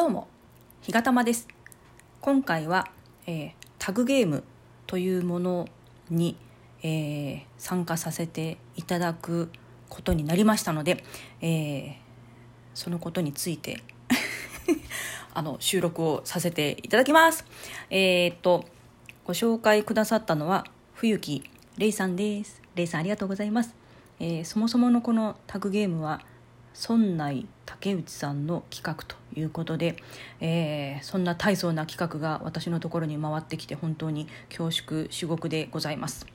どうも、ひがたまです。今回は、タグゲームというものに、参加させていただくことになりましたので、そのことについて収録をさせていただきます。ご紹介くださったのは冬木れいさんです。れいさんありがとうございます。そもそものこのタグゲームは村内竹内さんの企画ということで、そんな大層な企画が私のところに回ってきて本当に恐縮至極でございます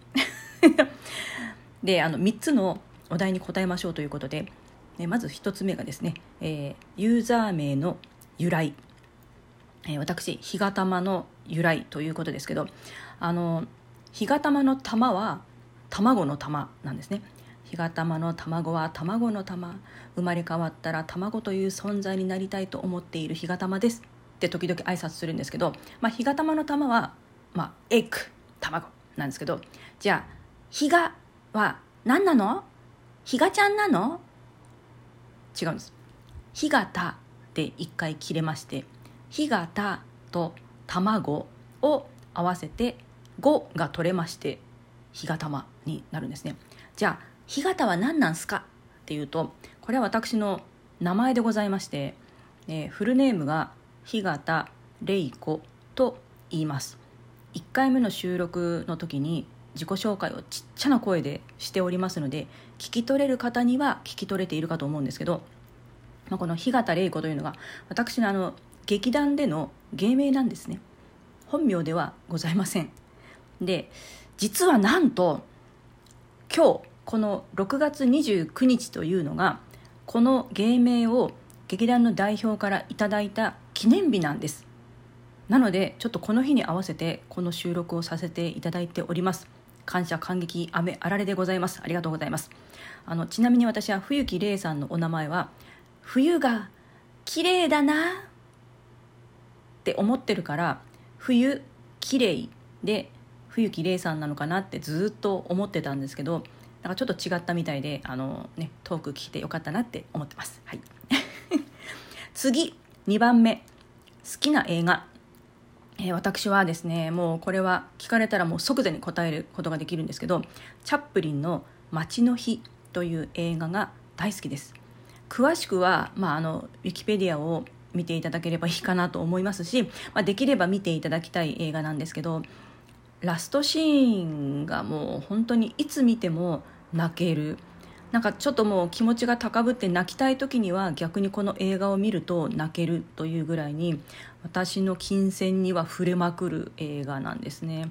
で、3つのお題に答えましょうということで、まず1つ目がですね、ユーザー名の由来、私ひがたまの由来ということですけど、ひがたまの玉は卵の玉なんですね。ひがたまの卵は卵の玉、生まれ変わったら卵という存在になりたいと思っているひがたまですって時々挨拶するんですけど、ひがたまの玉は、エッグ、卵なんですけど、じゃあひがは何なの？ひがちゃんなの？違うんです。ひがたで一回切れまして、ひがたと卵を合わせて5が取れまして、ひがたまになるんですね。じゃあひがたは何なんすかっていうと、これは私の名前でございまして、フルネームがひがたれいこと言います。1回目の収録の時に自己紹介をちっちゃな声でしておりますので、聞き取れる方には聞き取れているかと思うんですけど、このひがたれいこというのが私の劇団での芸名なんですね。本名ではございません。で、実はなんと今日この6月29日というのが、この芸名を劇団の代表からいただいた記念日なんです。なのでちょっとこの日に合わせてこの収録をさせていただいております。感謝感激雨あられでございます。ありがとうございます。ちなみに私は冬木れいさんのお名前は冬が綺麗だなって思ってるから、冬綺麗で冬木れいさんなのかなってずっと思ってたんですけど、なんかちょっと違ったみたいで、トーク聞いてよかったなって思ってます。はい次、2番目、好きな映画。私はですね、もうこれは聞かれたらもう即座に答えることができるんですけど、チャップリンの街の日という映画が大好きです。詳しくは、ウィキペディアを見ていただければいいかなと思いますし、できれば見ていただきたい映画なんですけど、ラストシーンがもう本当にいつ見ても泣ける。なんかちょっともう気持ちが高ぶって泣きたい時には逆にこの映画を見ると泣けるというぐらいに、私の金銭には触れまくる映画なんですね。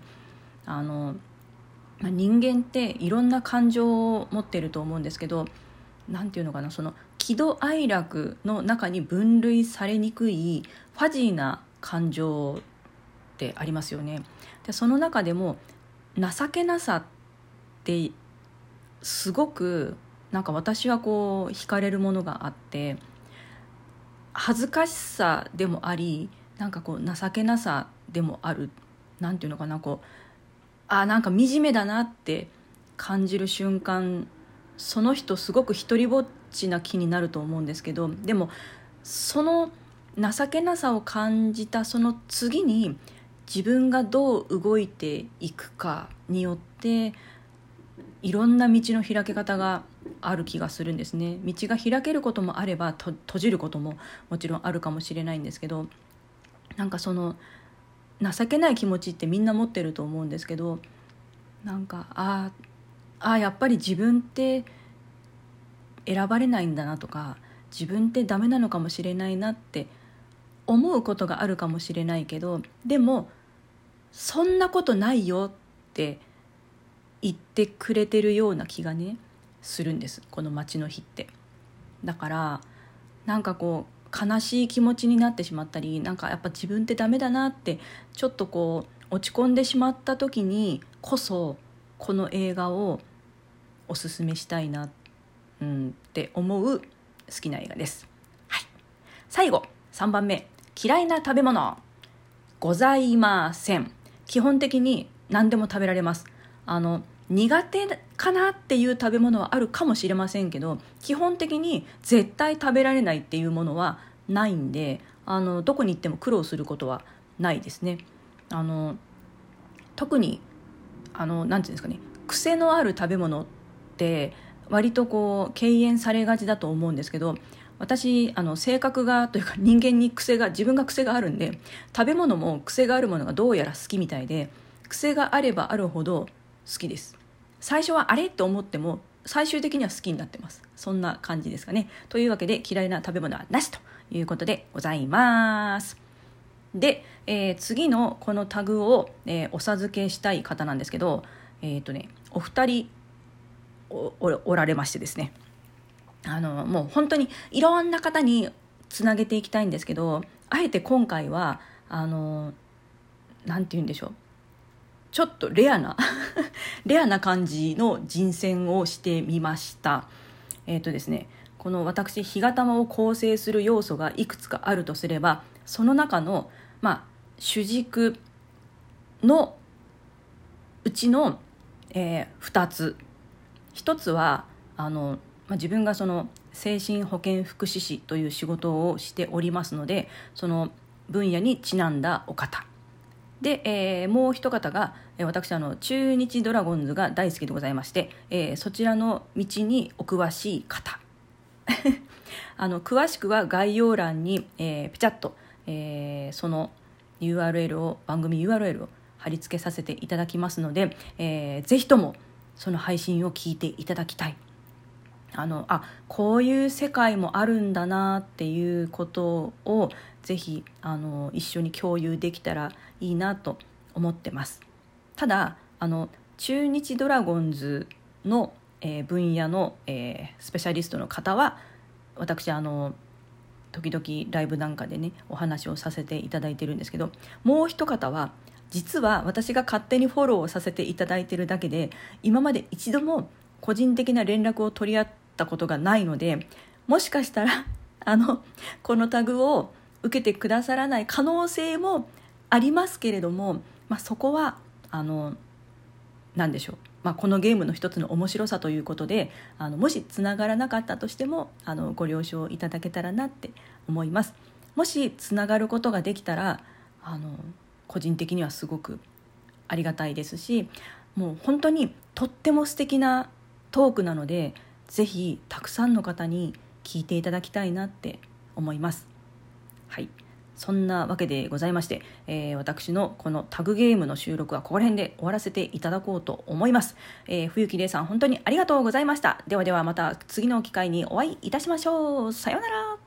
人間っていろんな感情を持っていると思うんですけど、なんていうのかな、その喜怒哀楽の中に分類されにくいファジーな感情ってありますよね。でその中でも情けなさってすごくなんか私はこう惹かれるものがあって、恥ずかしさでもあり、なんかこう情けなさでもある。なんていうのかな、なんか惨めだなって感じる瞬間、その人すごく一人ぼっちな気になると思うんですけど、でもその情けなさを感じたその次に自分がどう動いていくかによっていろんな道の開け方がある気がするんですね。道が開けることもあれば閉じることももちろんあるかもしれないんですけど、なんかその情けない気持ちってみんな持ってると思うんですけど、なんかやっぱり自分って選ばれないんだなとか、自分ってダメなのかもしれないなって思うことがあるかもしれないけど、でもそんなことないよって言ってくれてるような気がねするんです、この街の日って。だからなんか悲しい気持ちになってしまったり、なんかやっぱ自分ってダメだなってちょっと落ち込んでしまった時にこそこの映画をおすすめしたいなって思う好きな映画です。はい、最後3番目、嫌いな食べ物ございません。基本的に何でも食べられます。苦手かなっていう食べ物はあるかもしれませんけど、基本的に絶対食べられないっていうものはないんで、 どこに行っても苦労することはないですね。特になんていうんですかね、癖のある食べ物って割とこう敬遠されがちだと思うんですけど、私性格がというか人間に自分が癖があるんで、食べ物も癖があるものがどうやら好きみたいで、癖があればあるほど好きです。最初はあれって思っても最終的には好きになってます。そんな感じですかね。というわけで嫌いな食べ物はなしということでございます。で、次のこのタグを、お授けしたい方なんですけど、お二人おられましてですね、もう本当にいろんな方につなげていきたいんですけど、あえて今回はなんて言うんでしょう、ちょっとレアなレアな感じの人選をしてみました。ですね、この私干潟間を構成する要素がいくつかあるとすれば、その中の主軸のうちの、2つ。1つは自分がその精神保健福祉士という仕事をしておりますので、その分野にちなんだお方で、もう一方が私中日ドラゴンズが大好きでございまして、そちらの道にお詳しい方詳しくは概要欄に、ピチャッと、その 番組 URL を貼り付けさせていただきますので、ぜひともその配信を聞いていただきたい。こういう世界もあるんだなっていうことをぜひ一緒に共有できたらいいなと思ってます。ただ中日ドラゴンズの、分野の、スペシャリストの方は私時々ライブなんかでねお話をさせていただいてるんですけど、もう一方は実は私が勝手にフォローをさせていただいてるだけで、今まで一度も個人的な連絡を取り合ったことがないので、もしかしたらこのタグを受けてくださらない可能性もありますけれども、そこは何でしょう、このゲームの一つの面白さということでもしつながらなかったとしてもご了承いただけたらなって思います。もしつながることができたら個人的にはすごくありがたいですし、もう本当にとっても素敵なトークなので、ぜひたくさんの方に聞いていただきたいなって思います。はい、そんなわけでございまして、私のこのタグゲームの収録はここら辺で終わらせていただこうと思います。冬木玲さん本当にありがとうございました。ではではまた次の機会にお会いいたしましょう。さようなら。